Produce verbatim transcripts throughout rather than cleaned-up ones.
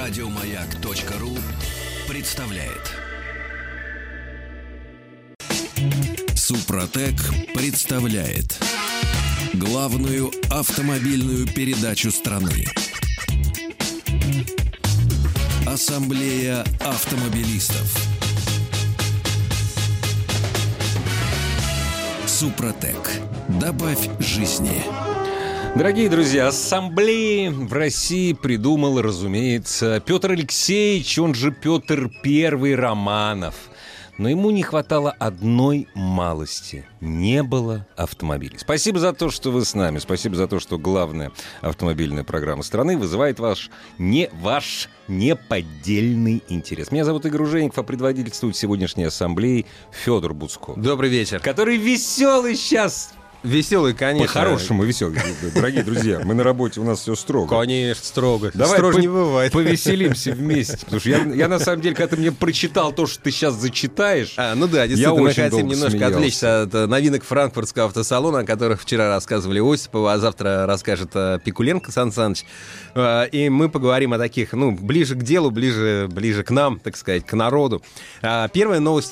Радиомаяк.ру представляет. Супротек представляет главную автомобильную передачу страны. Ассамблея автомобилистов. Супротек. Добавь жизни. Дорогие друзья, ассамблеи в России придумал, разумеется, Петр Алексеевич, он же Петр Первый Романов. Но ему не хватало одной малости. Не было автомобилей. Спасибо за то, что вы с нами. Спасибо за то, что главная автомобильная программа страны вызывает ваш, не, ваш неподдельный интерес. Меня зовут Игорь Ужеников, а предводительствует сегодняшней ассамблеи Федор Буцко. Добрый вечер. Который веселый сейчас. Веселый, конечно. По-хорошему веселый. Дорогие друзья, мы на работе, у нас все строго. Конечно, строго. Давай Строже по- не бывает. Повеселимся вместе. Потому что я, я на самом деле, когда ты мне прочитал то, что ты сейчас зачитаешь, А, ну да, действительно, мы очень хотим долго немножко смеялся. отвлечься от э, новинок франкфуртского автосалона, о которых вчера рассказывали Осипова, а завтра расскажет э, Пикуленко Сан Саныч. Э, и мы поговорим о таких, ну, ближе к делу, ближе, ближе к нам, так сказать, к народу. А, первая новость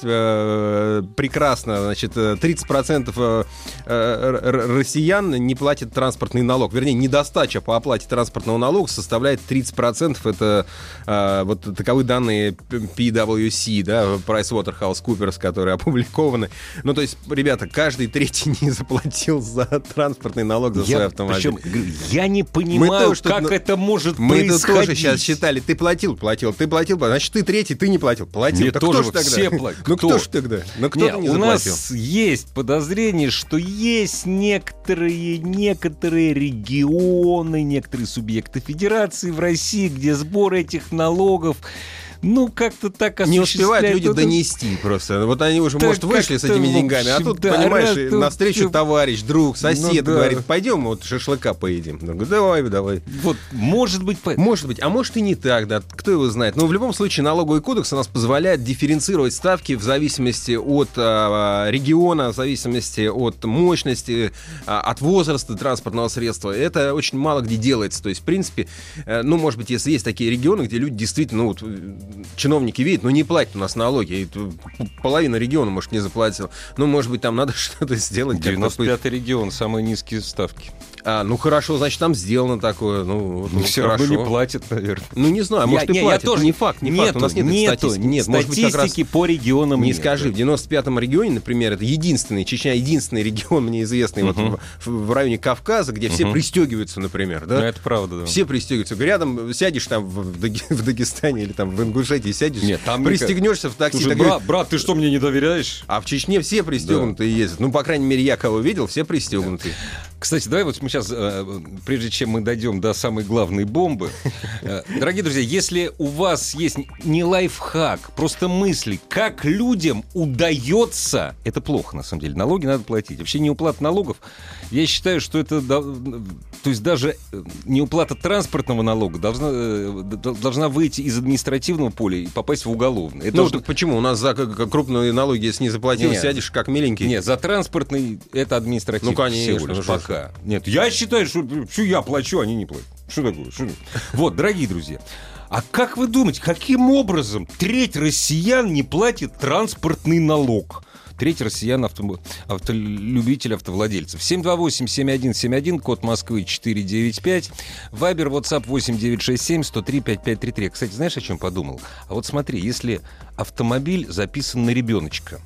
э, прекрасна. Значит, тридцать процентов э, э, россиян не платят транспортный налог. Вернее, недостача по оплате транспортного налога составляет тридцать процентов. Это э, вот таковы данные пи дабл ю си, да, PricewaterhouseCoopers, которые опубликованы. Ну, то есть, ребята, каждый третий не заплатил за транспортный налог за я, свой автомобиль. причем, я не понимаю, тоже как тут, ну, это может Мы происходить. тут тоже сейчас считали. Ты платил, платил, ты платил, значит, ты третий, ты не платил. Платил. Мне Так тоже кто ж тогда? все платят. Ну, Кто? кто ж тогда? Ну, кто-то Не, не у заплатил. нас есть подозрение, что есть некоторые, некоторые регионы, некоторые субъекты федерации в России, где сбор этих налогов, ну, как-то так Не успевают осуществляют. люди Это- донести просто. Вот они уже, Да может, вышли с как-то, этими в деньгами, а общем, тут, да, понимаешь, раз и тут навстречу всё- товарищ, друг, сосед Ну да. говорит, пойдем вот шашлыка поедим. Я говорю, давай, давай. Вот, может быть, по- Может быть, а может и не так, да, кто его знает. Но в любом случае налоговый кодекс у нас позволяет дифференцировать ставки в зависимости от а, региона, в зависимости от мощности, а, от возраста транспортного средства. Это очень мало где делается. То есть, в принципе, э, ну, может быть, если есть такие регионы, где люди действительно, ну, вот, э, чиновники видят, ну, не платят у нас налоги, и т- половина региона, может, не заплатила. Ну, может быть, там надо что-то сделать. девяносто пятый регион, самые низкие ставки. А, ну, хорошо, значит, там сделано такое. Ну, вот, ну, Все хорошо. равно не платят, наверное. Ну, не знаю, может, Я- и не, платят. я тоже Не факт, не нету, факт. У нас нет этой нету статистики. Нет, может быть, как раз статистики по регионам не нет. скажи. В девяносто пятом регионе, например, это единственный, Чечня единственный регион, мне известный, вот Мгм. в, в районе Кавказа, где все Мгм. пристегиваются, например, Ну, да? это правда, да. Все пристегиваются. Рядом сядешь там в, в Даги- в Дагестане или там в Ингушетии, сядешь, Нет, там пристегнешься в такси. Слушай, такой, брат, брат, ты что, мне не доверяешь? а в Чечне все пристегнутые ездят. Ну, по крайней мере, я кого видел, все пристегнутые. Кстати, давай вот мы сейчас, э, прежде чем мы дойдем до самой главной бомбы, э, дорогие друзья, если у вас есть не лайфхак, просто мысли, как людям удается, это плохо, на самом деле, налоги надо платить. Вообще неуплата налогов, я считаю, что это, да, то есть даже неуплата транспортного налога должна, э, должна выйти из административного поля и попасть в уголовное. Это Ну, должно- так почему? У нас за к- к- крупные налоги, если не заплатил, Нет. сядешь как миленький. Нет, за транспортный это административно. Ну, конечно, всего лишь ну, что ж. пока. Нет, я считаю, что, что я плачу, они не платят. Что такое? Что... Вот, дорогие друзья, а как вы думаете, каким образом треть россиян не платит транспортный налог? Треть россиян авто... автолюбителей, автовладельцев. семь два восемь семь один семь один, код Москвы четыре девять пять, Вайбер, WhatsApp восемь девять шесть семь сто три пятьдесят пять тридцать три. Кстати, знаешь, о чем подумал? А вот смотри, если автомобиль записан на ребеночка,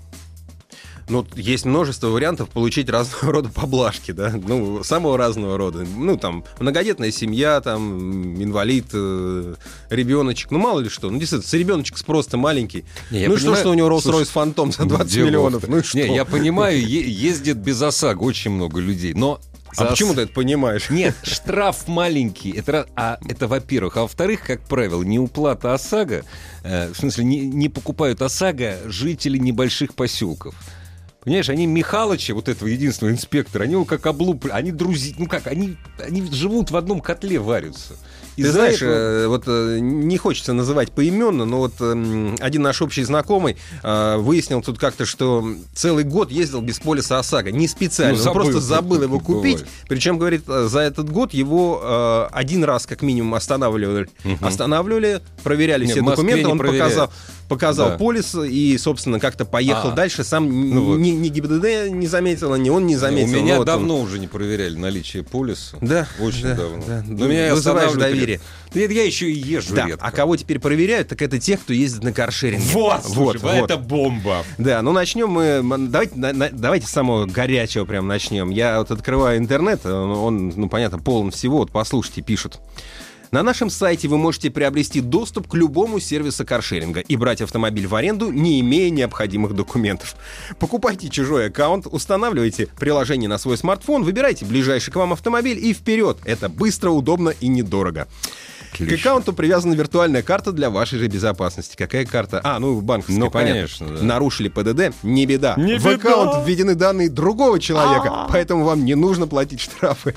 Ну, есть множество вариантов получить разного рода поблажки, да, ну, самого разного рода. Ну, там, многодетная семья, там, инвалид, э, ребеночек, ну, мало ли что. Ну, действительно, с ребеночек спрос-то маленький. Не, я ну, и что, понимаю. что у него Слушай, Rolls-Royce Phantom за двадцать делов-то. миллионов? Ну, и что? Не, я понимаю, е- ездит без ОСАГО очень много людей, но... А за почему ос- ты это понимаешь? Нет, штраф маленький, это, раз- а, это во-первых. А во-вторых, как правило, неуплата ОСАГО, э, в смысле, не, не покупают ОСАГО жители небольших поселков. Понимаешь, они Михалыча, вот этого единственного инспектора, они его как облуп... Они друзья, ну как, они, они живут в одном котле, варятся. Ты знаешь, этого... вот не хочется называть поименно, но вот один наш общий знакомый выяснил тут как-то, что целый год ездил без полиса ОСАГО. Не специально, ну, забыл, он просто забыл его купить. Бывает. Причем, говорит, за этот год его один раз как минимум останавливали, угу. останавливали, проверяли Нет, все документы, он показал, показал да. полис и, собственно, как-то поехал а, дальше. Сам ну вот. ни, ни ГИБДД не заметила, ни он не заметил. У меня вот давно он... уже не проверяли наличие полиса. Да. Очень да, давно. Да. Но меня вызываешь доверие. Да, я еще и езжу да. редко. А кого теперь проверяют, так это тех, кто ездит на каршеринге. Вот, вот, слушай, вот. Это бомба. Да, ну начнем мы. Давайте, на, на, давайте с самого горячего прям начнем. Я вот открываю интернет, он, он, ну понятно, полон всего. Вот послушайте, пишут. На нашем сайте вы можете приобрести доступ к любому сервису каршеринга и брать автомобиль в аренду, не имея необходимых документов. Покупайте чужой аккаунт, устанавливайте приложение на свой смартфон, выбирайте ближайший к вам автомобиль и вперед. Это быстро, удобно и недорого. Отлично. К аккаунту привязана виртуальная карта для вашей же безопасности. Какая карта? А, ну, банковская, ну, понятно. Конечно, да. Нарушили ПДД? Не беда. Не в беда. Аккаунт введены данные другого человека, А-а-а. поэтому вам не нужно платить штрафы.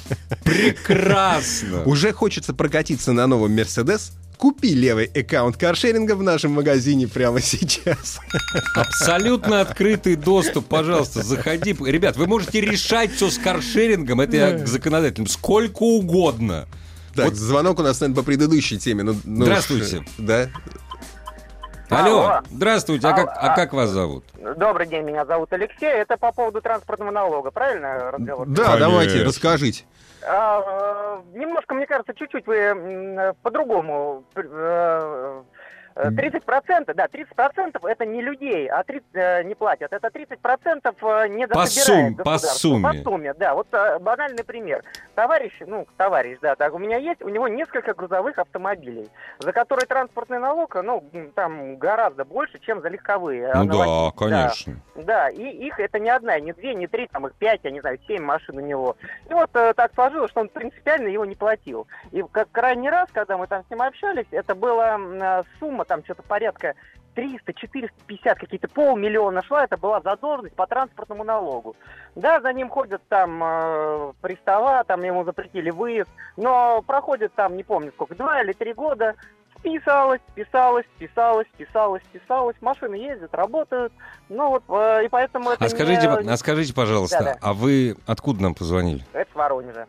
Прекрасно. Уже хочется прокатиться на новом Мерседес? Купи левый аккаунт каршеринга в нашем магазине прямо сейчас. Абсолютно открытый доступ, пожалуйста, заходи. Ребят, вы можете решать все с каршерингом, это я к законодателям, сколько угодно. Так, вот звонок у нас, наверное, по предыдущей теме. Ну, ну здравствуйте. Уж, да. Алло, Алло. Здравствуйте, а, а, как, а как вас зовут? Добрый день, меня зовут Алексей. Это по поводу транспортного налога, правильно разговор? Да, Конечно. Давайте, расскажите. А, немножко, мне кажется, чуть-чуть вы по-другому... тридцать процентов, да, тридцать процентов это не людей, а тридцать э, не платят. Это тридцать процентов не дособирает по, сум, по сумме. По сумме, да. Вот э, банальный пример. Товарищ, ну, товарищ, да, так у меня есть, у него несколько грузовых автомобилей, за которые транспортный налог, ну, там гораздо больше, чем за легковые. Ну да, конечно. Да, да, и их это не одна, не две, не три, там их пять, я не знаю, семь машин у него. И вот э, так сложилось, что он принципиально его не платил. И как крайний раз, когда мы там с ним общались, это была э, сумма, там что-то порядка триста четыреста пятьдесят, какие-то полмиллиона шла, это была задолженность по транспортному налогу. Да, за ним ходят там э, пристава, там ему запретили выезд, но проходит там, не помню сколько, два или три года, списалось, списалось, списалось, списалось, списалось, машины ездят, работают, ну вот, э, и поэтому это а скажите, не... А скажите, пожалуйста, да, да. а вы откуда нам позвонили? Это с Воронежа.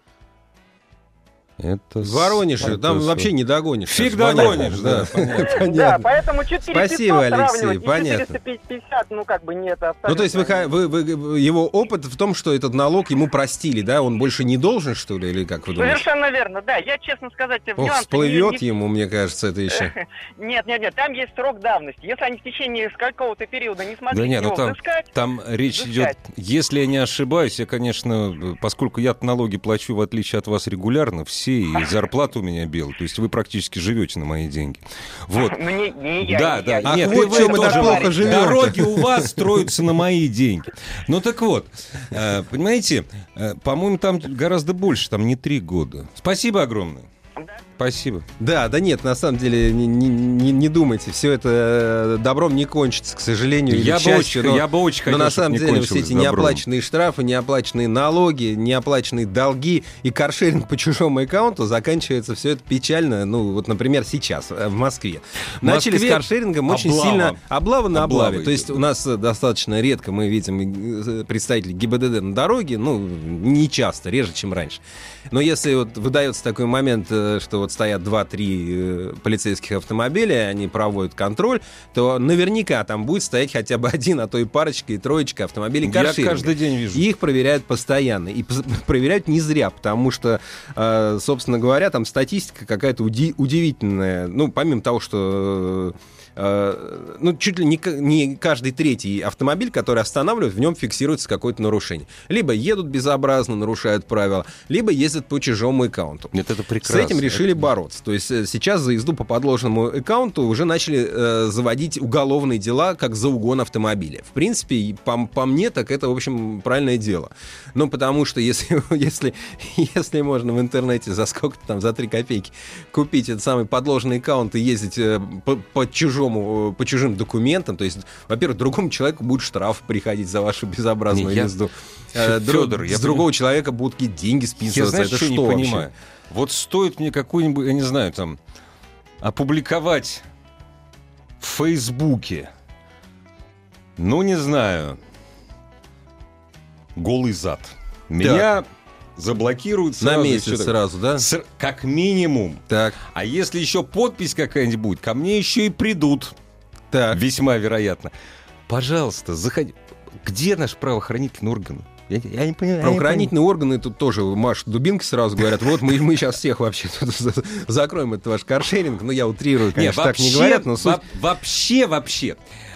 Это в Воронеже, там с... вообще не догонишь. Фиг догонишь, да, понятно. Да, поэтому четыреста Спасибо, Алексей, понятно. четыреста пятьдесят, ну как бы нет. Ну то есть вы, вы, вы, его опыт в том, что этот налог ему простили, да? Он больше не должен, что ли, или как вы думаете? Совершенно верно, да. Я, честно сказать, в Ох, всплывет не... ему, мне кажется, это еще. Нет, нет, нет, там есть срок давности. Если они в течение какого-то периода не смогли да нет, его ну, там, взыскать... Там речь взыскать. идет, если я не ошибаюсь, я, конечно, поскольку я налоги плачу, в отличие от вас, регулярно, все, и зарплата у меня белая, то есть вы практически живете на мои деньги. Вот. Ну, не, не я, да, не да. я. Нет, Ах, вот вы чем мы тоже так плохо живем. Дороги у вас строятся на мои деньги. Ну так вот, э, понимаете, э, по-моему, там гораздо больше, там не три года. Спасибо огромное. Спасибо. Да, да нет, на самом деле не, не, не думайте, все это добром не кончится, к сожалению. Я, бы, очень, но, я бы очень хотел, но на самом деле все эти добром. неоплаченные штрафы, неоплаченные налоги, неоплаченные долги и каршеринг по чужому аккаунту заканчивается все это печально. Ну вот, например, сейчас в Москве. В Начали Москве с каршерингом очень облава. сильно облава на облаве. Облава То есть у нас достаточно редко мы видим представителей ГИБДД на дороге, ну не часто, реже, чем раньше. Но если вот выдается такой момент, что вот стоят два-три полицейских автомобиля, они проводят контроль, то наверняка там будет стоять хотя бы один, а то и парочка, и троечка автомобилей каршеринга. Я каждый день вижу. И их проверяют постоянно. И проверяют не зря, потому что, собственно говоря, там статистика какая-то уди- удивительная. Ну, помимо того, что... ну, чуть ли не, не каждый третий автомобиль, который останавливают, в нем фиксируется какое-то нарушение. Либо едут безобразно, нарушают правила, либо ездят по чужому аккаунту. Нет, это прекрасно. С этим решили это... бороться. То есть сейчас за езду по подложному аккаунту уже начали э, заводить уголовные дела, как за угон автомобиля. В принципе, по, по мне, так это, в общем, правильное дело. Ну, потому что если, если, если можно в интернете за сколько-то там, за три копейки купить этот самый подложный аккаунт и ездить э, по, по чужому чужому, по чужим документам. То есть, во-первых, другому человеку будет штраф приходить за вашу безобразную не, езду. Я... Федор, С я другого поним... человека будут какие-то деньги списываться. Я, знаешь, это что, что не вообще? Понимаю? Вот стоит мне какой-нибудь, я не знаю, там, опубликовать в Фейсбуке, ну, не знаю, голый зад. Меня заблокируют сразу. На месяц сразу, да? С... Как минимум. Так. А если еще подпись какая-нибудь будет, ко мне еще и придут. Так. Весьма вероятно. Пожалуйста, заходи. Где наш правоохранительный орган? Я, я не понимаю. Правоохранительные органы тут тоже машут дубинки, сразу говорят, вот мы, мы сейчас всех вообще тут закроем этот ваш каршеринг. Ну, я утрирую, конечно, не, вообще, так не говорят, но суть... Вообще, вообще.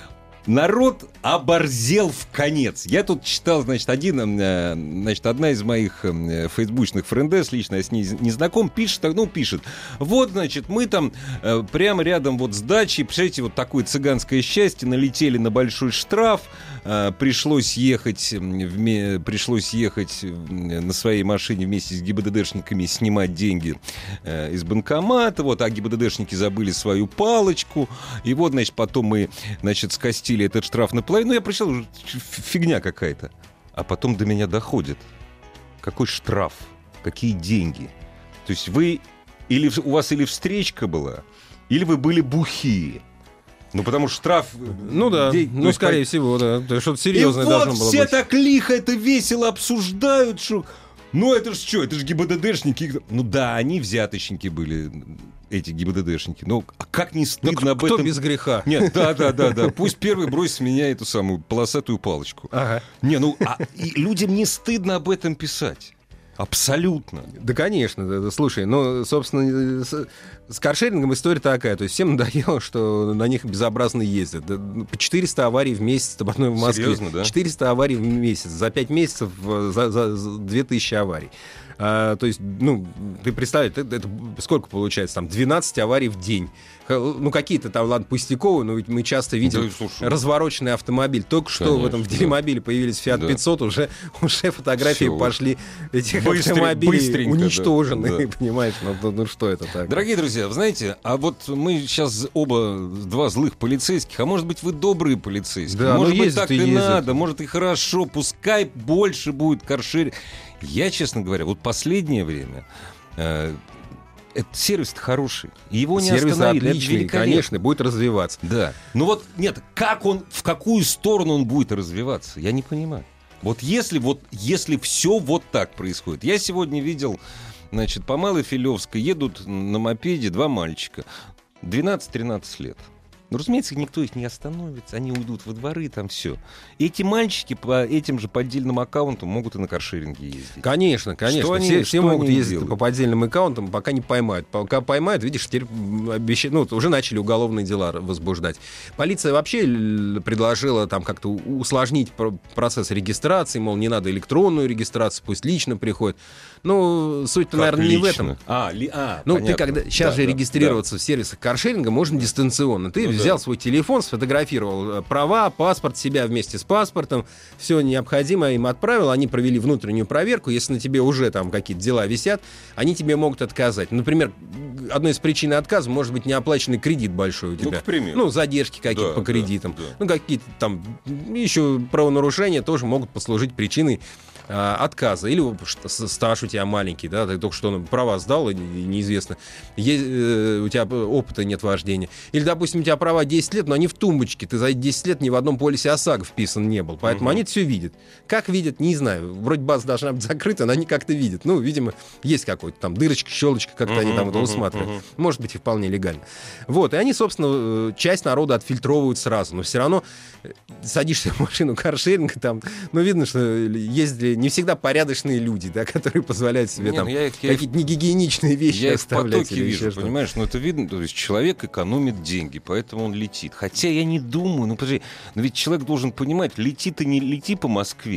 Народ оборзел в конец. Я тут читал, значит, один, значит, одна из моих фейсбучных френдес, лично я с ней не знаком, пишет, ну, пишет, вот, значит, мы там прямо рядом вот с дачей, представляете, вот такое цыганское счастье, налетели на большой штраф, пришлось ехать, пришлось ехать на своей машине вместе с ГИБДДшниками снимать деньги из банкомата, вот, а ГИБДДшники забыли свою палочку, и вот, значит, потом мы, значит, скостили этот штраф наполовину. Ну, я прочитал, фигня какая-то. А потом до меня доходит. Какой штраф? Какие деньги? То есть вы... Или у вас или встречка была, или вы были бухие. Ну, потому что штраф... Ну да, де... ну, скорее по... всего, да. Что-то серьезное и должно вот было все быть. так лихо это весело обсуждают, что... Ну, это же что? Это же ГИБДДшники. Ну да, они взяточники были, эти ГИБДДшники. Но а как не стыдно ну, об кто этом... Кто без греха? Нет, да-да-да. Пусть первый бросит с меня эту самую полосатую палочку. Ага. Не, ну, а и людям не стыдно об этом писать. Абсолютно. Да, конечно. Да, да, слушай, ну, собственно, с, с каршерингом история такая. То есть всем надоело, что на них безобразно ездят. Да, по четыреста аварий в месяц в одной в Москве. Серьезно, да? четыреста аварий в месяц. За пять месяцев за, за, за две тысячи аварий. А, то есть, ну, ты представь, это, это сколько получается? Там двенадцать аварий в день. Ну, какие-то там, ладно, пустяковые, но ведь мы часто видим да, слушай, развороченный автомобиль. Только что конечно, в этом в Делимобиле появились Фиат да. пятьсот, уже, уже фотографии Все. пошли этих Быстр... автомобилей уничтоженные, да. понимаешь? Ну, ну что это так? Дорогие друзья, вы знаете, а вот мы сейчас оба два злых полицейских, а может быть, вы добрые полицейские? Да, может ну, быть, так и ездят. надо, может и хорошо, пускай больше будет каршеринг. Я, честно говоря, вот последнее время... Э, этот сервис-то хороший. Его не сервис остановили. Отличный, конечно, будет развиваться. Да. Ну вот, нет, как он, в какую сторону он будет развиваться, я не понимаю. Вот если, вот, если все вот так происходит. Я сегодня видел, значит, по Малой Филевской едут на мопеде два мальчика. двенадцать-тринадцать лет. Ну, разумеется, никто их не остановится, они уйдут во дворы, там все. И эти мальчики по этим же поддельным аккаунтам могут и на каршеринге ездить. Конечно, конечно. Что все они, все что могут они ездить делают? по поддельным аккаунтам, пока не поймают. Пока поймают, видишь, теперь обещают, ну, уже начали уголовные дела возбуждать. Полиция вообще предложила там как-то усложнить процесс регистрации, мол, не надо электронную регистрацию, пусть лично приходит. Ну, суть-то, наверное, лично? не в этом. А, ли, а, ну, понятно. ты когда сейчас да, же да, регистрироваться да. в сервисах каршеринга можно дистанционно. Ты ну, взял да. свой телефон, сфотографировал права, паспорт, себя вместе с паспортом, все необходимое им отправил, они провели внутреннюю проверку. Если на тебе уже там какие-то дела висят, они тебе могут отказать. Например, одной из причин отказа может быть неоплаченный кредит большой у тебя. Ну, к примеру. Ну, задержки какие-то да, по кредитам. Да, да. Ну, какие-то там еще правонарушения тоже могут послужить причиной отказа. Или стаж у тебя маленький, да, ты только что ну, права сдал, и неизвестно, есть, э, у тебя опыта нет вождения. Или, допустим, у тебя права десять лет, но они в тумбочке, ты за десять лет ни в одном полисе ОСАГО вписан не был, поэтому угу. они все видят. Как видят, не знаю. Вроде база должна быть закрыта, но они как-то видят. Ну, видимо, есть какой-то там дырочка, щелочка, как-то угу, они там это угу, усматривают. Угу. Может быть, и вполне легально. Вот, и они, собственно, часть народа отфильтровывают сразу, но все равно садишься в машину каршеринга, там, ну, видно, что ездили не всегда порядочные люди, да, которые позволяют себе не, там я, какие-то я, негигиеничные вещи я оставлять. Я в потоке вижу, понимаешь, но ну, это видно, то есть человек экономит деньги, поэтому он летит. Хотя я не думаю, ну подожди, но ведь человек должен понимать, лети ты не лети по Москве,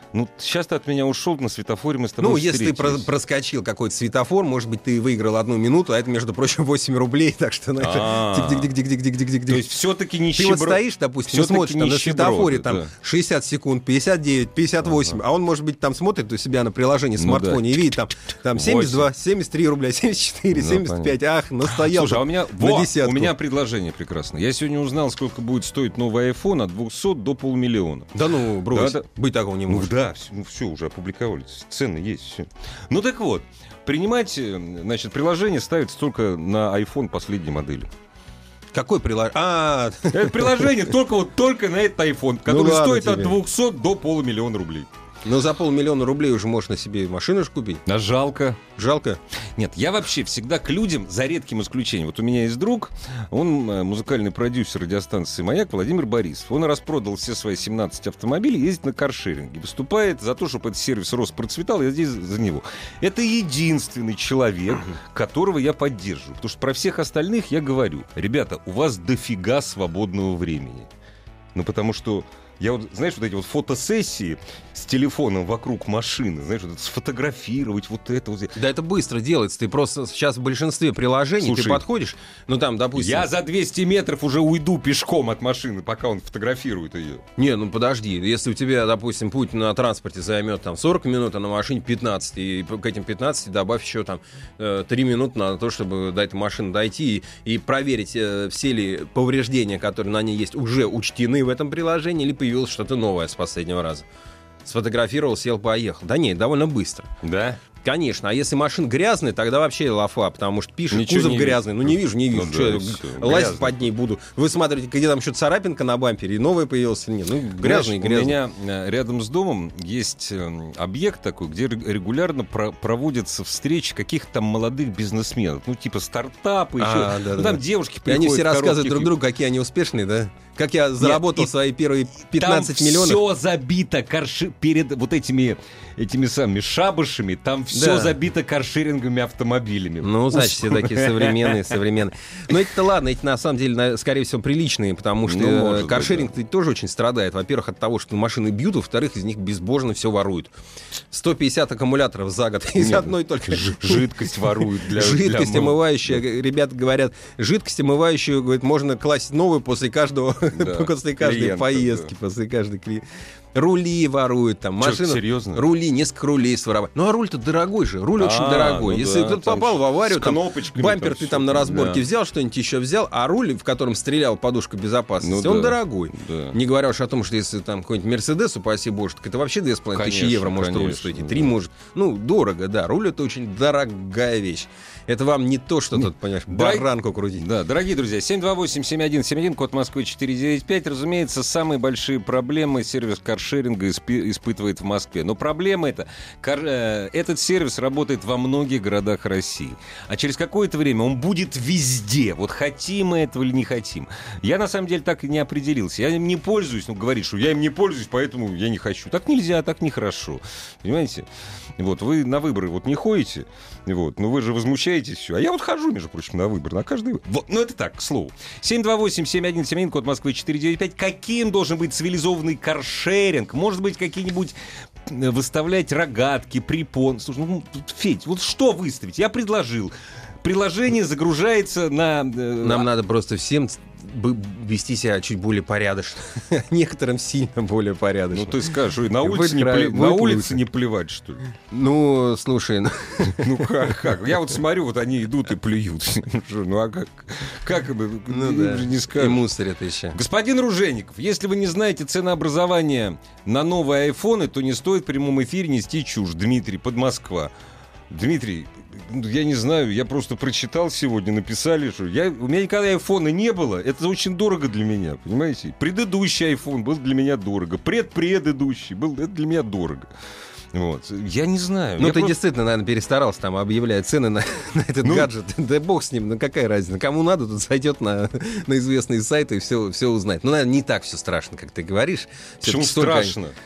Ну, сейчас ты от меня ушел, на светофоре мы с тобой Ну, если ты про- встретились. проскочил какой-то светофор, может быть, ты выиграл одну минуту, а это, между прочим, восемь рублей, так что, ну, А. это тик-тик-тик-тик-тик-тик-тик. То есть все-таки Ты нищеброд. вот стоишь, допустим, и Всё-таки смотришь там, на нищеброды, светофоре там да. шестьдесят секунд, пятьдесят девять, пятьдесят восемь, а он, может быть, там смотрит у себя на приложении, Ну смартфоне, и видит там, там семьдесят два, семьдесят три рубля, семьдесят четыре, Ну, семьдесят пять, ах, настоял. Слушай, а у меня, на во, десятку. у меня предложение прекрасное. Я сегодня узнал, сколько будет стоить новый iPhone от двухсот до полмиллиона. Да ну, брось, Да, да. быть такого не Ну может. да, все, ну, все уже опубликовались, цены есть, все. Ну так вот, принимать, э, значит, приложение ставится только на iPhone последней модели. Какой приложение? А, Это приложение только вот только на этот iPhone, который ладно стоит от тебе. двухсот до полумиллиона рублей. ну за полмиллиона рублей уже можно себе машину ж купить. А жалко. Жалко. Нет, я вообще всегда к людям, за редким исключением. Вот у меня есть друг, он э, музыкальный продюсер радиостанции «Маяк» Владимир Борисов. Он распродал все свои семнадцать автомобилей, ездит на каршеринге. Выступает за то, чтобы этот сервис рос, процветал, я здесь за него. Это единственный человек, которого я поддерживаю. Потому что про всех остальных я говорю: ребята, у вас дофига свободного времени. Ну, потому что я вот, знаешь, вот эти вот фотосессии с телефоном вокруг машины, знаешь, вот это сфотографировать, вот это вот. Да это быстро делается. Ты просто сейчас в большинстве приложений Слушай, ты подходишь, ну там, допустим... Я за двести метров уже уйду пешком от машины, пока он фотографирует ее. Не, ну подожди, если у тебя, допустим, путь на транспорте займет там сорок минут, а на машине пятнадцать, и к этим пятнадцати добавь еще там э, три минуты на то, чтобы до этой машины дойти и, и проверить, э, все ли повреждения, которые на ней есть, уже учтены в этом приложении, или появилось что-то новое с последнего раза. Сфотографировал, сел, поехал. Да нет, довольно быстро. Да? Конечно, а если машина грязная, тогда вообще лафа, потому что пишет, Ничего кузов не грязный. видно. Ну не вижу, не вижу. Ну, Что да, я и всё, лазить грязный. под ней буду. Вы смотрите, где там что-то царапинка на бампере, и новая появилась. Нет, ну грязный, Знаешь, грязный. У меня э, рядом с домом есть э, объект такой, где ре- регулярно про- проводятся встречи каких-то там молодых бизнесменов. Ну, типа стартапы, еще. А, да, ну, да, там да. девушки И приходят. они все в рассказывают коротких друг другу, какие они успешные, да? Как я заработал и свои первые пятнадцать миллионов. Все забито карши... перед вот этими, этими самыми шабашами, там все Да. забито каршеринговыми автомобилями. Ну, значит, все Условно. такие современные, современные. Но это ладно, эти на самом деле, на- скорее всего, приличные, потому что Ну, э, может быть, каршеринг тоже очень страдает. Во-первых, от того, что машины бьют, во-вторых, из них безбожно все воруют. сто пятьдесят аккумуляторов за год из Нет, одной только... Ж- Жидкость воруют для... Жидкость для мыл. омывающая, ребята говорят, жидкость омывающую, говорит, можно класть новую после каждого, Да, после каждой клиента, поездки, да. после каждой клиентки. Рули воруют, там, Чё, машину... серьезно? Рули, несколько рулей своровать. Ну, а руль-то дорогой же, руль очень А, дорогой. ну Если да, кто-то там попал в аварию, с там, кнопочками бампер там ты всё, там на разборке да. взял, что-нибудь еще взял, а руль, в котором стрелял подушка безопасности, Ну он да, дорогой. да. Не говоря уж о том, что если там какой-нибудь Мерседес, упаси боже, так это вообще две с половиной тысячи Конечно, евро может руль конечно, стоить, и да. три может. Ну, дорого, да. Руль — это очень дорогая вещь. Это вам не то, что тут, понимаешь, Дорог- баранку крутить. Да, дорогие друзья, семь два восемь семь один семь один, код Москвы четыре девять пять. Разумеется, самые большие проблемы сервис каршеринга испи- испытывает в Москве. Но проблема это, кар- э, этот сервис работает во многих городах России. А через какое-то время он будет везде. Вот хотим мы этого или не хотим. Я на самом деле так и не определился. Я им не пользуюсь, ну, говорит, что я им не пользуюсь, поэтому я не хочу. Так нельзя, так нехорошо. Понимаете? Вот, вы на выборы вот не ходите, вот, но вы же возмущаетесь все. А я вот хожу, между прочим, на выборы, на каждый выбор. Вот, ну это так, к слову. семь два восемь семь один семь один, код Москвы четыре девять пять. Каким должен быть цивилизованный каршеринг? Может быть, какие-нибудь э, выставлять рогатки, препон. Слушай, ну, Федь, вот что выставить? Я предложил. Приложение загружается на... э, Нам надо просто всем бы- вести себя чуть более порядочно. Некоторым сильно более порядочно. Ну ты скажешь, ой, на Будет улице, не, край- пле- будет на улице лучше. не плевать, что ли? Ну, слушай, ну, Ну как, как? Я вот смотрю, вот они идут и плюют. Что, ну а как? Как им, ну им да, же не и скажешь. мусорят еще. Господин Ружейников, если вы не знаете ценообразование на новые айфоны, то не стоит в прямом эфире нести чушь. Дмитрий, под Москва. Дмитрий, я не знаю, я просто прочитал сегодня, написали, что я, у меня никогда айфона не было, это очень дорого для меня, понимаете? Предыдущий айфон был для меня дорого, предпредыдущий был, это для меня дорого. Вот. Я не знаю. Ну, я ты просто- действительно, наверное, перестарался там, объявляя цены на, на этот Ну. гаджет. Да бог с ним, ну какая разница? Кому надо, тут зайдет на, на известные сайты и все, все узнает. Ну, наверное, не так все страшно, как ты говоришь. Почему Всё-таки столько- страшно?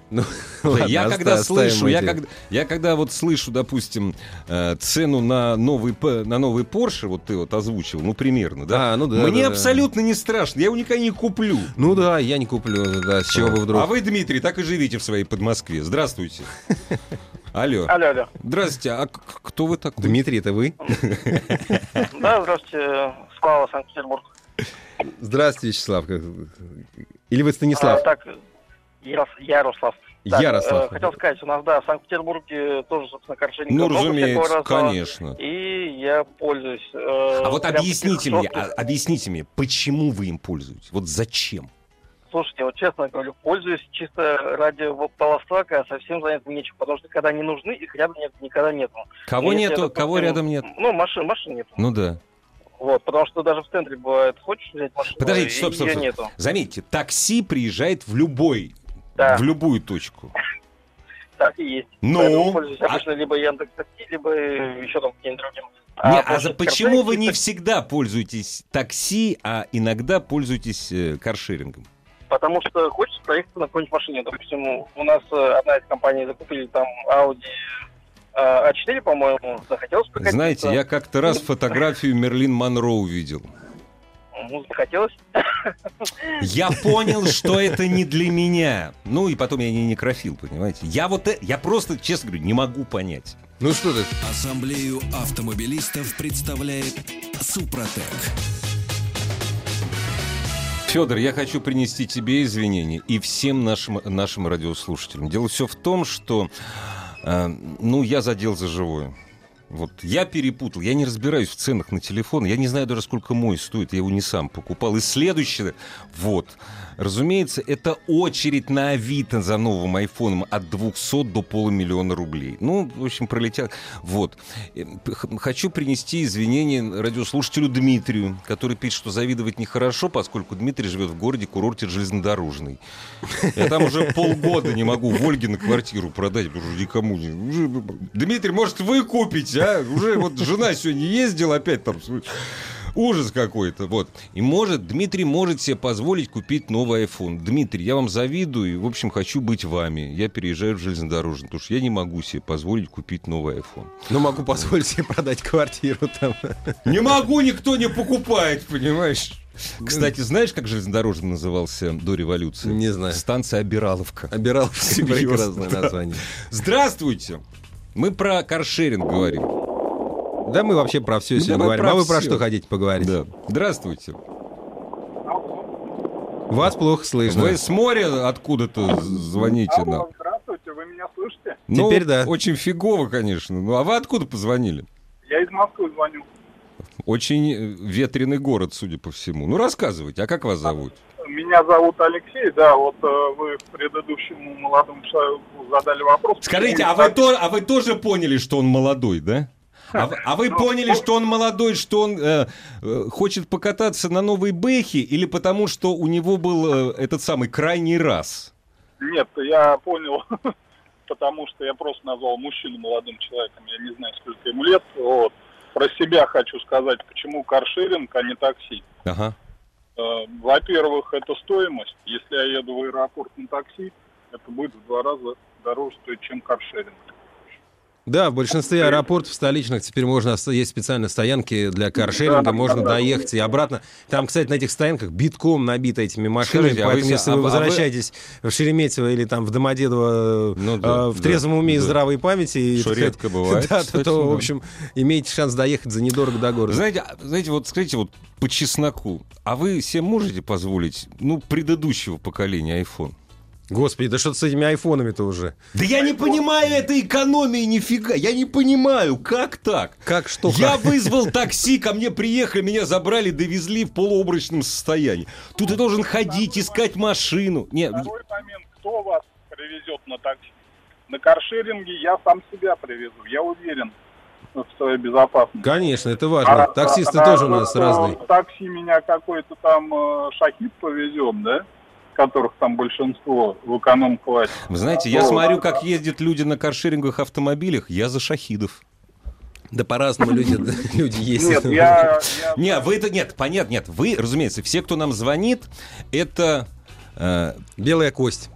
Ну, Да, ладно, я оста- когда оставим слышу, я эти- когда, я когда вот слышу, допустим, э, цену на новый, П- на новый Porsche, вот ты вот озвучил, ну, примерно, да? А, ну да, Мне да, да. абсолютно не страшно, я его никогда не куплю. Ну да, я не куплю, да, с чего бы вдруг. А вы, Дмитрий, так и живите в своей Подмоскве. Здравствуйте. Алло. Алло, алло. Здравствуйте, а к- кто вы такой? Дмитрий, это вы? Да, здравствуйте, Слава, Санкт-Петербург. Здравствуйте, Вячеслав. Как- Или вы Станислав? А, так, Ярос- Ярослав. Так, Ярослав. э, хотел сказать, у нас, да, в Санкт-Петербурге тоже, собственно, каршеринга Ну, много разумеется, всякого разного. конечно. И я пользуюсь. э, А вот прям объясните таких мне, жестких- а- объясните мне, почему вы им пользуетесь? Вот зачем? Слушайте, вот честно говорю, пользуюсь чисто ради полостака, а совсем заняться нечем, потому что когда они нужны, их рядом нет, никогда нету. Кого Если, нету, допустим, кого рядом нет? Ну, машин, машин нету. Ну да. Вот, потому что даже в центре бывает, хочешь взять машину, Подождите, и стоп, стоп, ее стоп. нету. Заметьте, такси приезжает в любой, Да. в любую точку. Так и есть. Ну, Поэтому пользуюсь а- обычно либо Яндекс.Такси, либо еще там каким-нибудь другим. Не, а просто за почему вы не каршеринг всегда пользуетесь такси, а иногда пользуетесь э, каршерингом? Потому что хочется проехать на какой-нибудь машине. Допустим, у нас э, одна из компаний закупили там Audi э, а четыре, по-моему, захотелось прокатиться. Знаете, я как-то раз фотографию Мерлин Монро увидел. Ну, захотелось. Я понял, что это не для меня. Ну и потом я не некрофил, понимаете? Я вот, э- я просто, честно говорю, не могу понять. Ну что ты? Ассамблею автомобилистов представляет Супротек. Федор, я хочу принести тебе извинения и всем нашим, нашим радиослушателям. Дело все в том, что э, ну, я задел за живое. Вот, я перепутал, я не разбираюсь в ценах на телефон, я не знаю даже, сколько мой стоит, я его не сам покупал. И следующее, вот, разумеется, это очередь на Авито за новым айфоном от двухсот до полумиллиона рублей. Ну, в общем, пролетел. Вот. Хочу принести извинения радиослушателю Дмитрию, который пишет, что завидовать нехорошо, поскольку Дмитрий живет в городе-курорте железнодорожный. Я там уже полгода не могу Вольгину квартиру продать, потому что никому не... Дмитрий, может, вы купите, а? Уже вот жена сегодня ездила опять там... Ужас какой-то, вот. И может, Дмитрий может себе позволить купить новый iPhone. Дмитрий, я вам завидую, и, в общем, хочу быть вами. Я переезжаю в железнодорожный, потому что я не могу себе позволить купить новый iPhone. Ну, могу позволить себе продать квартиру там. Не могу, никто не покупает, понимаешь? Кстати, знаешь, как железнодорожный назывался до революции? Не знаю. Станция Обираловка. Обирал Серьезно, прекрасное да. название. Здравствуйте! Мы про каршеринг говорим. Да мы вообще про все Ну, сегодня давай говорим. про А вы про всё. что хотите поговорить? Да. Здравствуйте. Вас плохо слышно. Вы с моря откуда-то звоните нам? Алло, здравствуйте, вы меня слышите? Ну, Теперь да. Очень фигово, конечно. Ну, а вы откуда позвонили? Я из Москвы звоню. Очень э, ветреный город, судя по всему. Ну, рассказывайте, а как вас зовут? Меня зовут Алексей, да, вот э, вы предыдущему молодому человеку задали вопрос. Скажите, почему а вы, так- то, а вы тоже поняли, что он молодой, да? А вы, а вы поняли, что он молодой, что он э, э, хочет покататься на новой Бэхе, или потому, что у него был э, этот самый крайний раз? Нет, я понял, потому что я просто назвал мужчину молодым человеком, я не знаю, сколько ему лет. Вот. Про себя хочу сказать, почему каршеринг, а не такси. Ага. Э, Во-первых, это стоимость. Если я еду в аэропорт на такси, это будет в два раза дороже стоить, чем каршеринг. Да, в большинстве аэропортов столичных теперь можно, есть специальные стоянки для каршеринга, Да, можно да, да. доехать и обратно. Там, кстати, на этих стоянках битком набито этими машинами, Скажите, а вы поэтому се- если а вы вы- а вы- возвращаетесь в Шереметьево или там в Домодедово Ну э, да, в да, трезвом уме и да. здравой памяти, и, Что так сказать, редко бывает, да, то, кстати, то, да. в общем, имеете шанс доехать за недорого до города. Знаете, а- знаете, вот скажите вот по чесноку, а вы себе можете позволить, ну, предыдущего поколения iPhone? Господи, да что-то с этими айфонами-то уже. Да я не понимаю этой экономии нифига. Я не понимаю, как так? Как что? Я как? вызвал такси, ко мне приехали, меня забрали, довезли в полуобморочном состоянии. Тут ты должен ходить, искать машину. Не, Второй момент, кто вас привезет на такси? На каршеринге я сам себя привезу, я уверен в своей безопасности. Конечно, это важно. Таксисты а, тоже у а, нас а, разные. В такси меня какой-то там э, шахид повезет, да? Которых там большинство в эконом-классе. вы знаете, я Вот. смотрю, как ездят люди на каршеринговых автомобилях, я за шахидов. Да по-разному люди, люди есть. Нет, я... я- Не, вы это, нет, понятно, нет, вы, разумеется, все, кто нам звонит, это... э, Белая кость.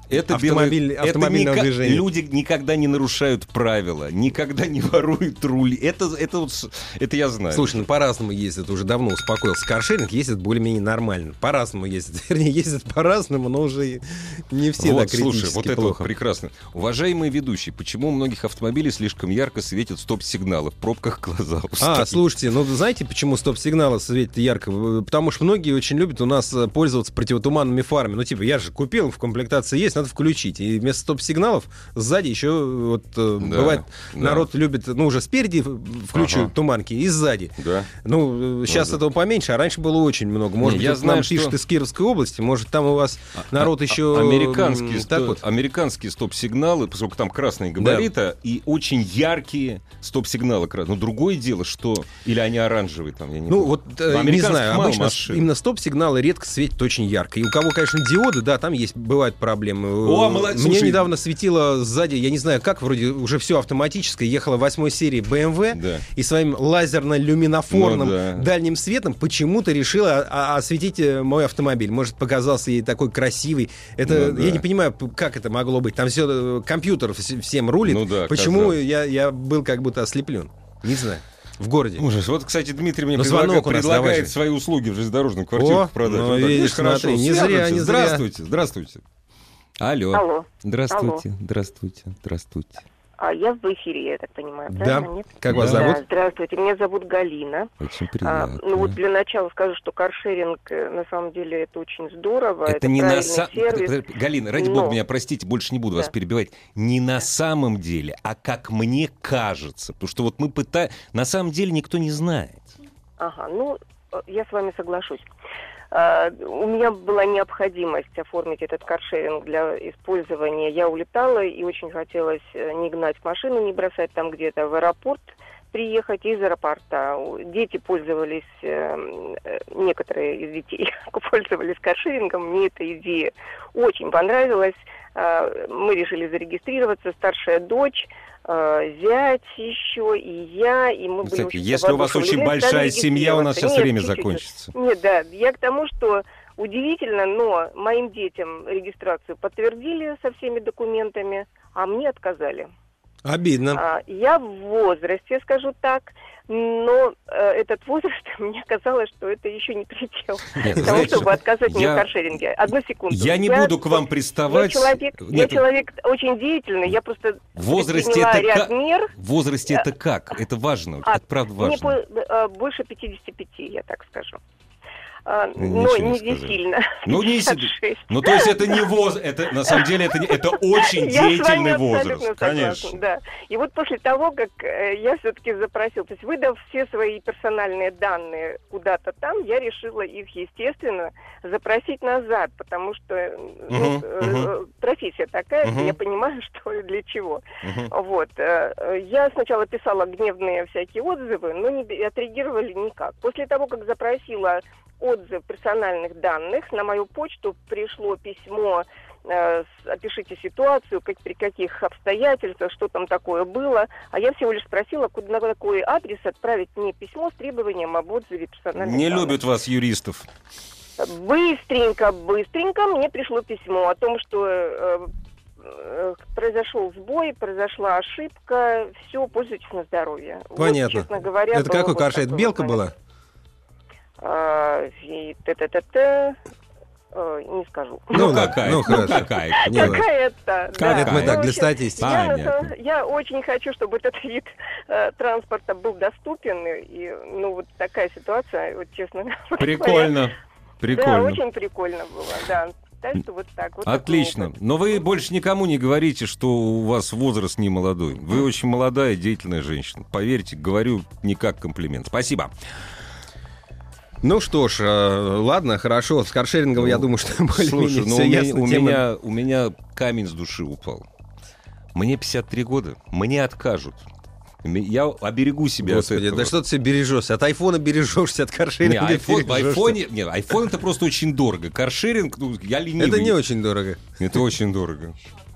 Это автомобиль, белое, автомобильного это ника- движения. Люди никогда не нарушают правила, никогда не воруют рули. Это, это, вот, это я знаю. Слушай, ну по-разному ездят, уже давно успокоился. Каршеринг ездит более-менее нормально. По-разному ездят. Вернее, ездят по-разному, но уже не все вот, так критически слушай, вот это плохо. вот прекрасно. Уважаемые ведущие, почему у многих автомобилей слишком ярко светят стоп-сигналы? В пробках глаза устают. А, слушайте, ну знаете, почему стоп-сигналы светят ярко? Потому что многие очень любят у нас пользоваться противотуманными фарами. Ну, типа, я же купил, в комплектации есть, надо включить. И вместо стоп-сигналов сзади еще вот да, бывает, да. народ любит, ну, уже спереди включу ага. туманки и сзади. Да. Ну, сейчас ну, да. этого поменьше, а раньше было очень много. Может Не, быть, я вот знаю, нам что... пишут из Кировской области, может, там у вас а, народ а, еще... Американские, так сто... вот. американские стоп-сигналы, поскольку там красные габариты, да. и очень яркие стоп-сигналы. Но другое дело, что... Или они оранжевые там, я не Ну, помню. вот, не знаю, обычно машин. именно стоп-сигналы редко светят очень ярко. И у кого, конечно, диоды, да, там есть, бывают проблемы. О, молодец. Мне Слушай... недавно светило сзади, я не знаю как, вроде уже все автоматическое, ехала восьмой серии бэ эм вэ, да. и своим лазерно-люминофорным ну, да. дальним светом почему-то решила осветить мой автомобиль. Может, показался ей такой красивый. Это, ну, я да. не понимаю, как это могло быть. Там все, компьютер всем рулит. Ну, да, почему я, я был как будто ослеплен? Не знаю. В городе. Ужас. Вот, кстати, Дмитрий мне Но предлага, предлагает давай. свои услуги в железнодорожную квартиру в продаже. Ну, видишь, смотри, не зря, не зря. Здравствуйте, здравствуйте. Алло. Алло. Здравствуйте, Алло. здравствуйте, здравствуйте. А я в эфире, я так понимаю, да. правильно? Нет? Как вас да. зовут? Здравствуйте, меня зовут Галина. Очень приятно. А, ну вот для начала скажу, что каршеринг, на самом деле, это очень здорово. Это, это не на самом деле... Галина, ради но... бога, меня простите, больше не буду да. вас перебивать. Не на самом деле, а как мне кажется. Потому что вот мы пытаемся... На самом деле никто не знает. Ага, ну, я с вами соглашусь. Uh, у меня была необходимость оформить этот каршеринг для использования. Я улетала, и очень хотелось не гнать машину, не бросать там где-то в аэропорт, приехать из аэропорта. Дети пользовались, э, некоторые из детей пользовались каршерингом. Мне эта идея очень понравилась. Uh, мы решили зарегистрироваться, старшая дочь, зять еще, и я, и мы Кстати, были очень если у вас очень большая семья, у нас сейчас Нет, время чуть-чуть. закончится. Нет, да, я к тому, что удивительно, но моим детям регистрацию подтвердили со всеми документами, а мне отказали. Обидно. А, я в возрасте, скажу так, но э, этот возраст, мне казалось, что это еще не предел. Нет, Потому, знаете, чтобы отказать мне я... в каршеринге. Одну секунду. Я не я, буду к вам приставать. Я человек, Нет, я человек очень деятельный, я просто в возрасте это ряд как? мер. В возрасте это как? Это важно, а, это правда важно. Мне по, больше пятидесяти пяти, я так скажу. А, Ничего но не, не сильно. Ну, не ну, то есть это не возраст, это на самом деле это, не, это очень деятельный возраст. Конечно. Да. И вот после того, как э, я все-таки запросил, то есть выдав все свои персональные данные куда-то там, я решила их, естественно, запросить назад, потому что ну, uh-huh, э, uh-huh. профессия такая, uh-huh. я понимаю, что и для чего. Uh-huh. Вот. Э, я сначала писала гневные всякие отзывы, но не отреагировали никак. После того, как запросила отзыв персональных данных, на мою почту пришло письмо, э, с, опишите ситуацию, как, при каких обстоятельствах, что там такое было, а я всего лишь спросила, куда, на какой адрес отправить мне письмо с требованием об отзыве персональных Не данных. любят вас юристов. Быстренько, быстренько мне пришло письмо о том, что э, э, произошел сбой, произошла ошибка, все, пользуйтесь на здоровье. Понятно. Вот, честно говоря, это какой вот каршер? Это белка момент. была? А, и т-т-т-т, э, не скажу. Ну, какая? Ну, ну какая? Какая-то, да. Это мы так, Ну, для общем, статистики. Я, на- я очень хочу, чтобы этот вид э, транспорта был доступен, и, ну, вот такая ситуация, вот честно говоря. Прикольно, прикольно. Да, очень прикольно было, да. Так что вот так. Вот Отлично. Но вы больше никому не говорите, что у вас возраст не молодой. Вы очень молодая, деятельная женщина. Поверьте, говорю не как комплимент. Спасибо. Ну что ж, э, ладно, хорошо. С каршерингом, ну, я думаю, что более-менее ну, все у, ясно. у, Тема... меня, у меня камень с души упал. Мне пятьдесят три года, мне откажут. Я оберегу себя Господи, от этого. да что ты себе бережешься? От айфона бережешься, от каршеринга не, айфон, в бережешься. айфоне, нет, айфон это просто очень дорого. Каршеринг, ну, я ленивый. Это не очень дорого. Это очень дорого.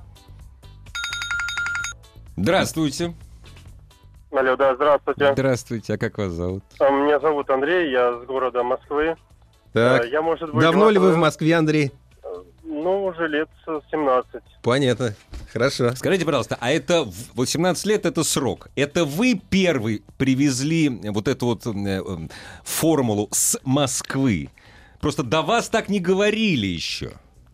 Здравствуйте. Алло, да, здравствуйте. Здравствуйте, а как вас зовут? Меня зовут Андрей, я с города Москвы. Так, я, может быть, давно ли вы в Москве? Москве, Андрей? Ну, уже лет семнадцать. Понятно. Хорошо. Скажите, пожалуйста, а это в- восемнадцать лет — это срок. Это вы первый привезли вот эту вот э, э, формулу с Москвы? Просто до вас так не говорили еще.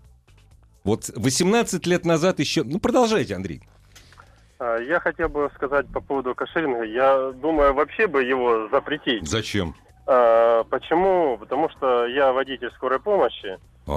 Вот восемнадцать лет назад еще... Ну, продолжайте, Андрей. А, Я хотел бы сказать по поводу кошеринга. Я думаю, вообще бы его запретить. Зачем? А, Почему? Потому что я водитель скорой помощи.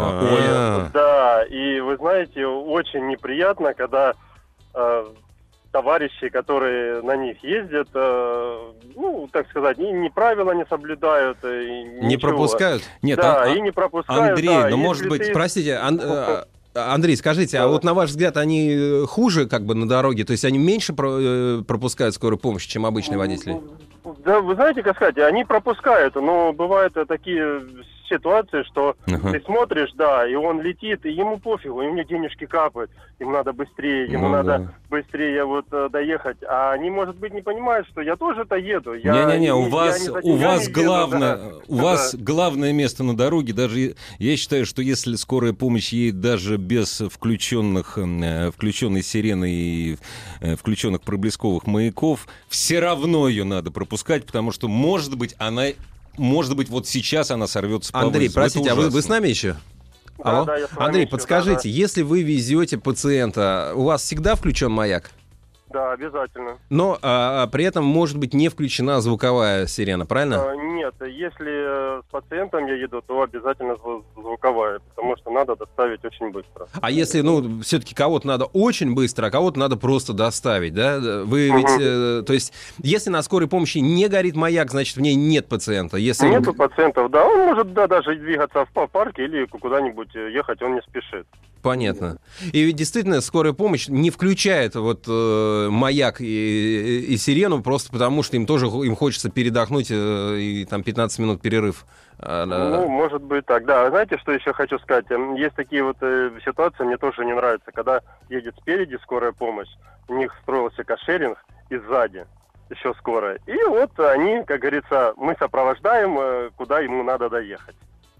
А. И, да, и вы знаете, очень неприятно, когда э, товарищи, которые на них ездят, э, ну, так сказать, ни, ни правила не соблюдают. И Не ничего. пропускают? Нет, Да, а- и не пропускают. Андрей, да, ну, если может быть, ты- Простите, Ан- э, Андрей, скажите, а Да. вот на ваш взгляд, они хуже как бы на дороге? То есть они меньше про- э, пропускают скорую помощь, чем обычные водители? Да, вы знаете, как сказать, они пропускают, но бывают э, такие ситуации, что Ага. ты смотришь, да, и он летит, и ему пофигу, ему денежки капают, ему надо быстрее, ему Ну надо да. быстрее вот э, доехать, а они, может быть, не понимают, что я тоже-то еду. Я Не-не-не, у я вас, не за у деньгами вас, еду, главное, да. у вас главное место на дороге. Даже и- я считаю, что если скорая помощь едет даже без включенных, э, включенной сирены и э, включенных проблесковых маяков, все равно ее надо пропускать, потому что, может быть, она, может быть, вот сейчас она сорвется по Андрей, вызову. Это простите, а вы, вы ужасно. с нами еще? Да, Алло? да, я с вами Андрей, еще, подскажите, да, если вы везете пациента, у вас всегда включен маяк? Да, обязательно. Но а, при этом может быть не включена звуковая сирена, правильно? А, Нет, если э, с пациентом я еду, то обязательно зву- звуковая, потому что надо доставить очень быстро. А если, ну, все-таки кого-то надо очень быстро, а кого-то надо просто доставить, да? Вы Мгм. ведь, э, то есть, если на скорой помощи не горит маяк, значит, в ней нет пациента. Если он- Нету пациентов, да, он может, да, даже двигаться в па- парке или куда-нибудь э, ехать, он не спешит. Понятно. И ведь действительно скорая помощь не включает вот э, маяк и, и сирену просто потому, что им тоже хо- им хочется передохнуть э, и там пятнадцать минут перерыв. А, да. Ну, может быть так, да. Знаете, что еще хочу сказать? М, Есть такие вот э, ситуации, мне тоже не нравится, когда едет спереди скорая помощь, у них строился кошеринг, и сзади еще скорая. И вот они, как говорится, мы сопровождаем, э, куда ему надо доехать.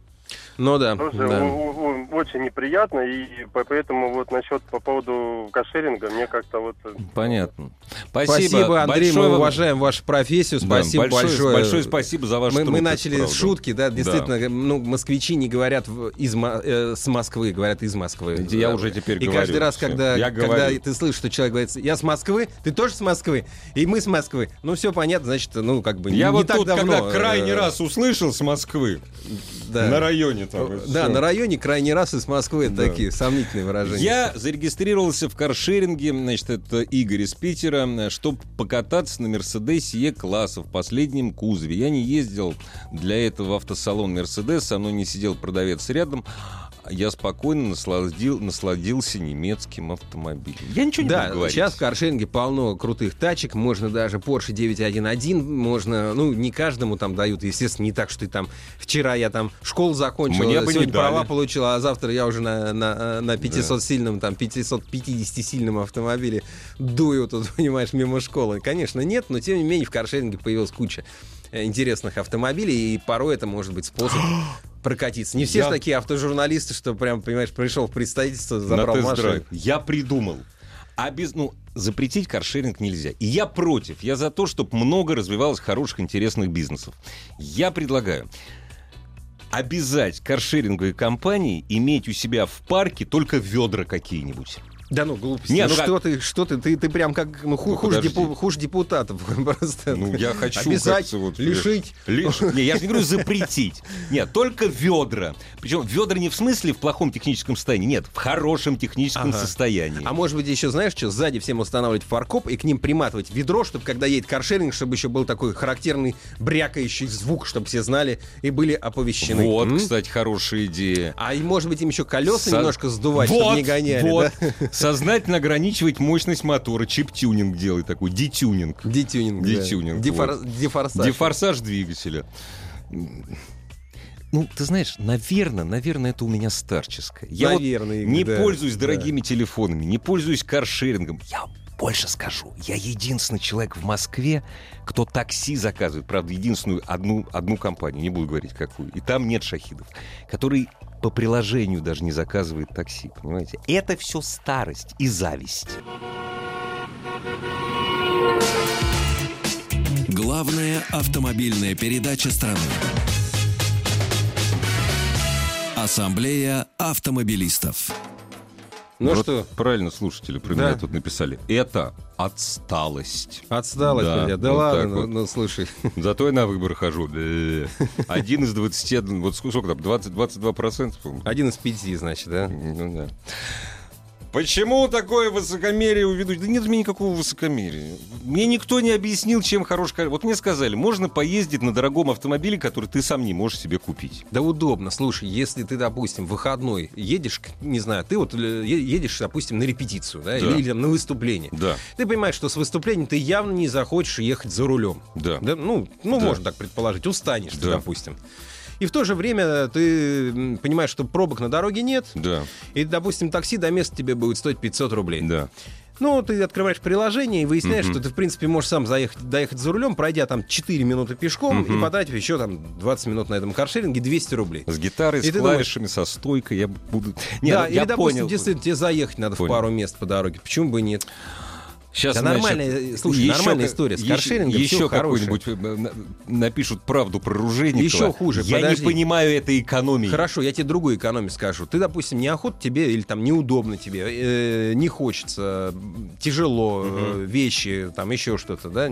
Ну да, Тоже да. у- у- очень неприятно, и по- поэтому вот насчет по поводу кошеринга мне как-то вот... э, Понятно. Спасибо, Спасибо, Андрей, большое мы вам- уважаем вашу профессию. Да, Спасибо большое, большое. большое спасибо за ваш Мы, труд, мы это начали правда. с шутки, да, действительно, ну, москвичи не говорят в- из, Мо- э, с Москвы, говорят из Москвы. Я Да. уже теперь И говорю. каждый раз, Всё. когда, Я когда говорю. ты слышишь, что человек говорит, я с Москвы, ты тоже с Москвы, и мы с Москвы, ну, все понятно, значит, ну, как бы Я не вот так тут, давно. когда крайний э, раз услышал с Москвы, да. на районе там. и Да, всё. на районе крайний раз из Москвы, Да. такие сомнительные выражения. Я зарегистрировался в каршеринге, значит, это Игорь из Питера, чтобы покататься на Мерседесе Е-класса в последнем кузове. Я не ездил для этого в автосалон Мерседес, со мной не сидел продавец рядом. Я спокойно насладил, насладился немецким автомобилем. Я ничего не Да, буду говорить. сейчас в каршеринге полно крутых тачек, можно даже Porsche девять одиннадцать, можно, ну, не каждому там дают, естественно, не так, что ты там, вчера я там школу закончил, Мне бы не сегодня права дали. получил, а завтра я уже на, на, на пятисотсильном, там, пятьсот пятидесятисильном автомобиле дую тут, понимаешь, мимо школы. Конечно, нет, но тем не менее в каршеринге появилась куча э, интересных автомобилей, и порой это может быть способ прокатиться. Не все Я- же такие автожурналисты, что прям, понимаешь, пришел в представительство, На забрал машину. тест-драйв. Я придумал. А без, ну, запретить каршеринг нельзя. И я против. Я за то, чтобы много развивалось хороших, интересных бизнесов. Я предлагаю обязать каршеринговые компании иметь у себя в парке только ведра какие-нибудь. Да ну, глупости. Нет, ну ну что ты, что ты, ты, ты прям как ну, ху- Ну, хуже, подожди. депу- хуже депутатов. Просто Ну, я хочу обязать, как-то вот, лишить. Лиш- Не, я же не говорю запретить. Нет, только ведра. Причем ведра не в смысле в плохом техническом состоянии. Нет, в хорошем техническом Ага. состоянии. А может быть, еще знаешь что, сзади всем устанавливать фаркоп и к ним приматывать ведро, чтобы когда едет каршеринг, чтобы еще был такой характерный брякающий звук, чтобы все знали и были оповещены. Вот, М? кстати, хорошая идея. А и, может быть, им еще колеса Со- немножко сдувать, Вот, чтобы не гоняли, вот. да? Сознательно ограничивать мощность мотора, чип-тюнинг делай такой, детюнинг. Детюнинг. Детюнинг, Да. Дефор- вот. Дефорсаж. Дефорсаж двигателя. Ну, ты знаешь, наверное, наверное, это у меня старческое. Я вот Наверное, не да, пользуюсь да. дорогими телефонами, не пользуюсь каршерингом. Я больше скажу. Я единственный человек в Москве, кто такси заказывает. Правда, единственную одну, одну компанию, не буду говорить какую. И там нет шахидов. Который по приложению даже не заказывает такси, понимаете? Это все старость и зависть. Главная автомобильная передача страны. Ассамблея автомобилистов. Ну вот что? Правильно слушатели про Да. меня тут написали. Это отсталость. Отсталость, Да, да, да вот ладно, так ну, вот. ну, слушай. Зато я на выборы хожу. Один из двадцати, вот сколько там, двадцать-двадцать два процента, по-моему. Один из пяти, значит, да? Ну да. Почему такое высокомерие у ведущих? Да нет у меня никакого высокомерия. Мне никто не объяснил, чем хорош... Вот мне сказали, можно поездить на дорогом автомобиле, который ты сам не можешь себе купить. Да удобно. Слушай, если ты, допустим, в выходной едешь, не знаю, ты вот э, едешь, допустим, на репетицию, да, Да. или, или там, на выступление. Да, Ты понимаешь, что с выступлением ты явно не захочешь ехать за рулем. да. Да, ну, ну Да. можно так предположить, устанешь ты, Да. допустим. И в то же время ты м, понимаешь, что пробок на дороге нет, Да, и, допустим, такси до места тебе будет стоить пятьсот рублей. да. Ну, ты открываешь приложение и выясняешь, Мгм. что ты, в принципе, можешь сам заехать, доехать за рулем, пройдя там четыре минуты пешком Мгм. и потратив еще там двадцать минут на этом каршеринге, двести рублей. С гитарой, И с ты клавишами, со стойкой я буду... Не, да, ну, или, я допустим, понял. действительно, тебе заехать надо Понял. в пару мест по дороге. Почему бы и нет? Сейчас, Да значит, нормальная, слушай, еще нормальная ка- история. С еще- каршерингом Еще всё хорошее. какой-нибудь э, на- напишут правду про Ружейникова. Еще хуже, Я подожди. не понимаю этой экономии. Хорошо, я тебе другую экономию скажу. Ты, допустим, неохота тебе или там неудобно тебе, э, не хочется, тяжело, э, вещи, там еще что-то, да,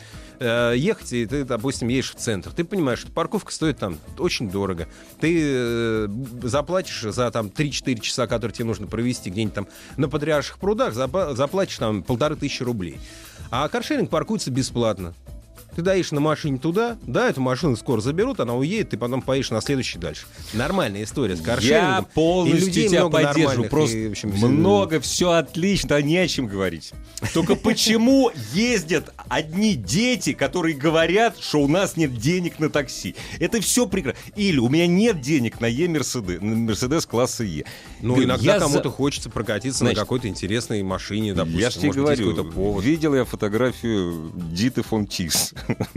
э, ехать, и ты, допустим, едешь в центр. Ты понимаешь, что парковка стоит там очень дорого. Ты э, заплатишь за там три-четыре часа, которые тебе нужно провести где-нибудь там на Патриарших прудах, запа- заплатишь там полторы тысячи рублей. А каршеринг паркуется бесплатно. Ты доедешь на машине туда, да, эту машину скоро заберут, она уедет, ты потом поедешь на следующий дальше. Нормальная история с каршерингом. Я полностью И людей тебя много поддерживаю. нормальных, Просто и, в общем, много, все отлично, а не о чем говорить. Только почему ездят одни дети, которые говорят, что у нас нет денег на такси? Это все прекрасно. Или у меня нет денег на Е-Мерседес, на Мерседес класса Е. Ну, Говорю, иногда я кому-то за- хочется прокатиться Значит, на какой-то интересной машине, допустим. Я же тебе может быть, есть говорю, какой-то повод. видел я фотографию Диты фон Тис.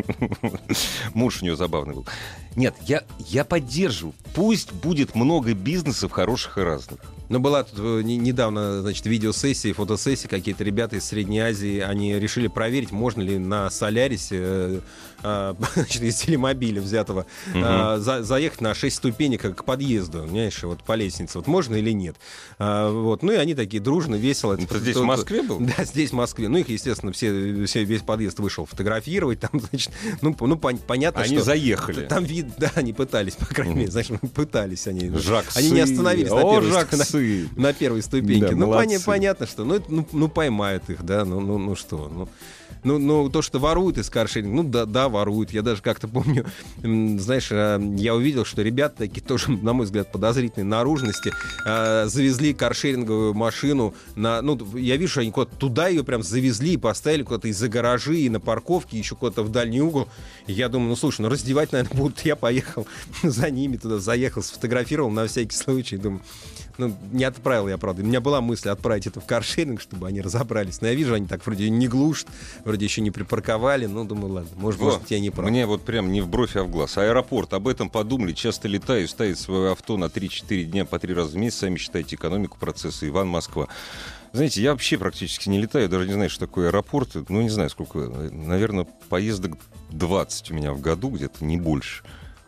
Муж у нее забавный был. Нет, я, я поддерживаю. Пусть будет много бизнесов хороших и разных. Но была тут э, не- недавно, значит, видеосессии, фотосессии, какие-то ребята из Средней Азии, они решили проверить, можно ли на Солярисе, э, э, значит, из телемобиля взятого, э, за- заехать на шесть ступенек к подъезду, понимаешь, вот по лестнице, вот можно или нет. А, вот, ну и они такие дружно, весело. Это здесь, в Москве был? Да, здесь, в Москве. Ну их, естественно, все, все, весь подъезд вышел фотографировать, там, значит, ну, п- ну пон- понятно, Они что... заехали. Там вид, да, они пытались, по крайней мере, значит, пытались они. Жаксы. Они не остановились на О, первой, жаксы. на, на первой ступеньке. Да, ну, молодцы. поня- понятно, что, ну, это, ну, ну, поймают их, да, ну, ну, ну что, ну, ну, ну, то, что воруют из каршеринга, ну, да, да, воруют. Я даже как-то помню, м, знаешь, э, я увидел, что ребята такие тоже, на мой взгляд, подозрительной наружности, э, завезли каршеринговую машину на, ну, я вижу, они куда-то туда ее прям завезли и поставили куда-то из-за гаражи и на парковке, еще куда-то в дальний угол. И я думаю, ну, слушай, ну, раздевать, наверное, будут. Я поехал за ними туда, заехал, сфотографировал на всякий случай. Думаю, ну, не отправил я, правда. У меня была мысль отправить это в каршеринг, чтобы они разобрались. Но я вижу, они так вроде не глушат, вроде еще не припарковали. Ну, думаю, ладно, может, Во, может я не прав. Мне вот прям не в бровь, а в глаз. Аэропорт, об этом подумали. Часто летаю, ставить свое авто на три-четыре дня по три раза в месяц. Сами считайте экономику процесса. Иван, Москва. Знаете, я вообще практически не летаю. Даже не знаю, что такое аэропорт. Ну, не знаю, сколько. Наверное, поездок двадцать у меня в году где-то, не больше.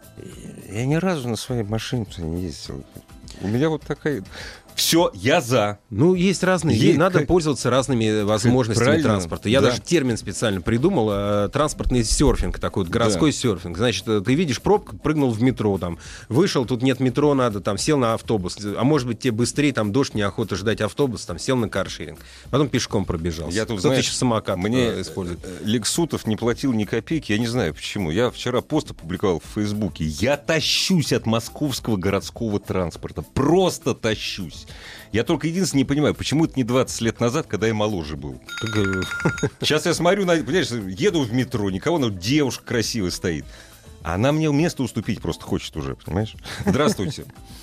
Я ни разу на своей машине не ездил. У меня вот такая... Все, я за. Ну, есть разные, Есть, надо как- пользоваться разными возможностями Правильно, транспорта. Я да. даже термин специально придумал, э, транспортный серфинг, такой вот городской серфинг. Значит, э, ты видишь пробку, прыгнул в метро, там, вышел, тут нет метро, надо, там, сел на автобус, а может быть тебе быстрее, там, дождь, неохота ждать автобус, там, сел на каршеринг, потом пешком пробежался. Я тут, Кто-то знаешь, еще самокат мне э, использует. э, Лексутов не платил ни копейки, я не знаю почему. Я вчера пост опубликовал в Фейсбуке. Я тащусь от московского городского транспорта. Просто тащусь. Я только единственное не понимаю, почему это не двадцать лет назад, когда я моложе был. Так, э, Сейчас я смотрю, на, понимаешь, еду в метро, никого, но девушка красивая стоит. А она мне место уступить просто хочет уже, понимаешь? Здравствуйте.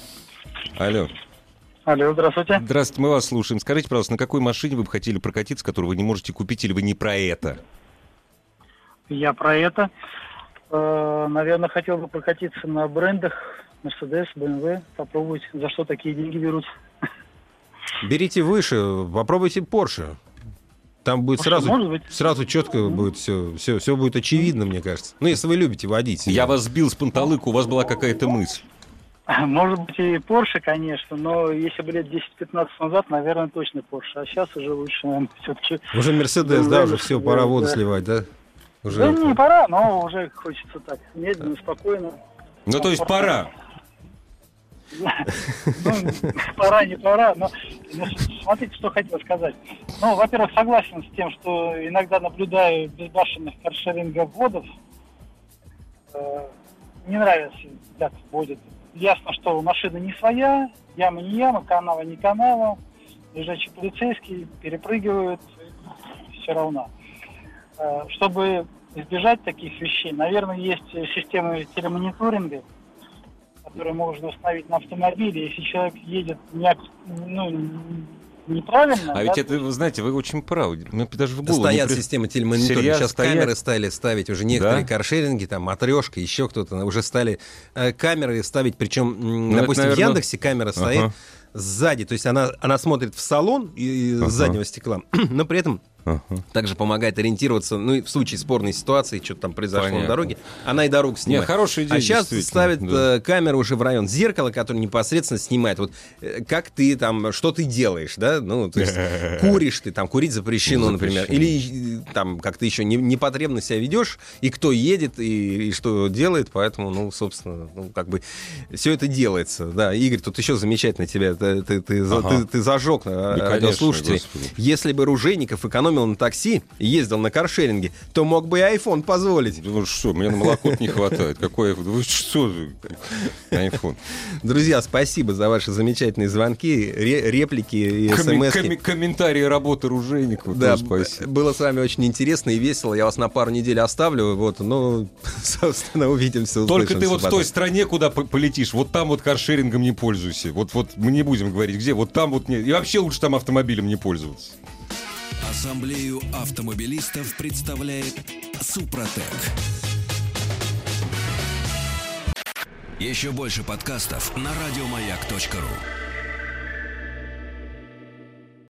Алло. Алло, здравствуйте. Здравствуйте, мы вас слушаем. Скажите, пожалуйста, на какой машине вы бы хотели прокатиться, которую вы не можете купить, или вы не про это? Я про это. Э, наверное, хотел бы прокатиться на брендах Mercedes, бэ эм вэ, попробовать, за что такие деньги берут. Берите выше, попробуйте Porsche. Там будет Может, сразу, может быть. сразу четко mm-hmm. будет все, все, все будет очевидно, мне кажется. Ну, если вы любите водить. Я вас сбил с панталыка, у вас была какая-то мысль. Может быть и Porsche, конечно, но если бы лет десять-пятнадцать назад, наверное, точно Porsche. А сейчас уже лучше, наверное, все-таки... Уже Mercedes, да, уже все, пора воду да. сливать, да? Уже... Да не пора, но уже хочется так, медленно, спокойно. Ну, то есть пора. Ну, пора, не пора, но смотрите, что хотел сказать. Ну, во-первых, согласен с тем, что иногда наблюдаю безбашенных каршеринговодов. Не нравится, как водят. Ясно, что машина не своя, яма не яма, канава не канава, лежачие полицейские перепрыгивают, все равно. Чтобы избежать таких вещей, наверное, есть системы телемониторинга, которые можно установить на автомобиле, если человек едет не, ну, неправильно. А да, ведь это, вы знаете, вы очень правы. Мне даже в голову стоят не... системы телемониторинга. Серьез, Сейчас стоят? камеры стали ставить, уже некоторые Да? каршеринги, там, Матрешка, еще кто-то, уже стали э, камеры ставить, причем, Ну, допустим, это, наверное... в Яндексе камера Ага. стоит сзади, то есть она, она смотрит в салон и, Ага. с заднего стекла, но при этом Ага. также помогает ориентироваться, ну, и в случае спорной ситуации, что-то там произошло Понятно. на дороге, она и дорогу снимает. Не, хорошая идея, А сейчас действительно, ставят да. э, камеру уже в район зеркала, который непосредственно снимает, вот э, как ты там, что ты делаешь, да, ну, то есть куришь ты, там, курить запрещено, например, или э, там как-то еще не, непотребно себя ведешь, и кто едет, и, и что делает, поэтому, ну, собственно, ну, как бы все это делается, да. Игорь, тут еще замечательно тебя, ты, ты, ты, Ага. ты, ты зажег Да, радиослушателей. конечно, господи. Если бы Ружейников экономил на такси и ездил на каршеринге, то мог бы и айфон позволить. Ну что, мне на молоко не хватает. Какой айфон? Вы что? Айфон. Друзья, спасибо за ваши замечательные звонки, ре- реплики и Комми- смс-ки. комми- комментарии работы Ружейникова. Да, тоже б- спасибо. было с вами очень интересно и весело. Я вас на пару недель оставлю. Вот, ну, собственно, увидимся, Только ты услышимся вот в потом. той стране, куда по- полетишь, вот там вот каршерингом не пользуйся. Вот, вот мы не будем говорить, где. Вот там вот нет. И вообще лучше там автомобилем не пользоваться. Ассамблею автомобилистов представляет Супротек. Еще больше подкастов на радиомаяк точка ру.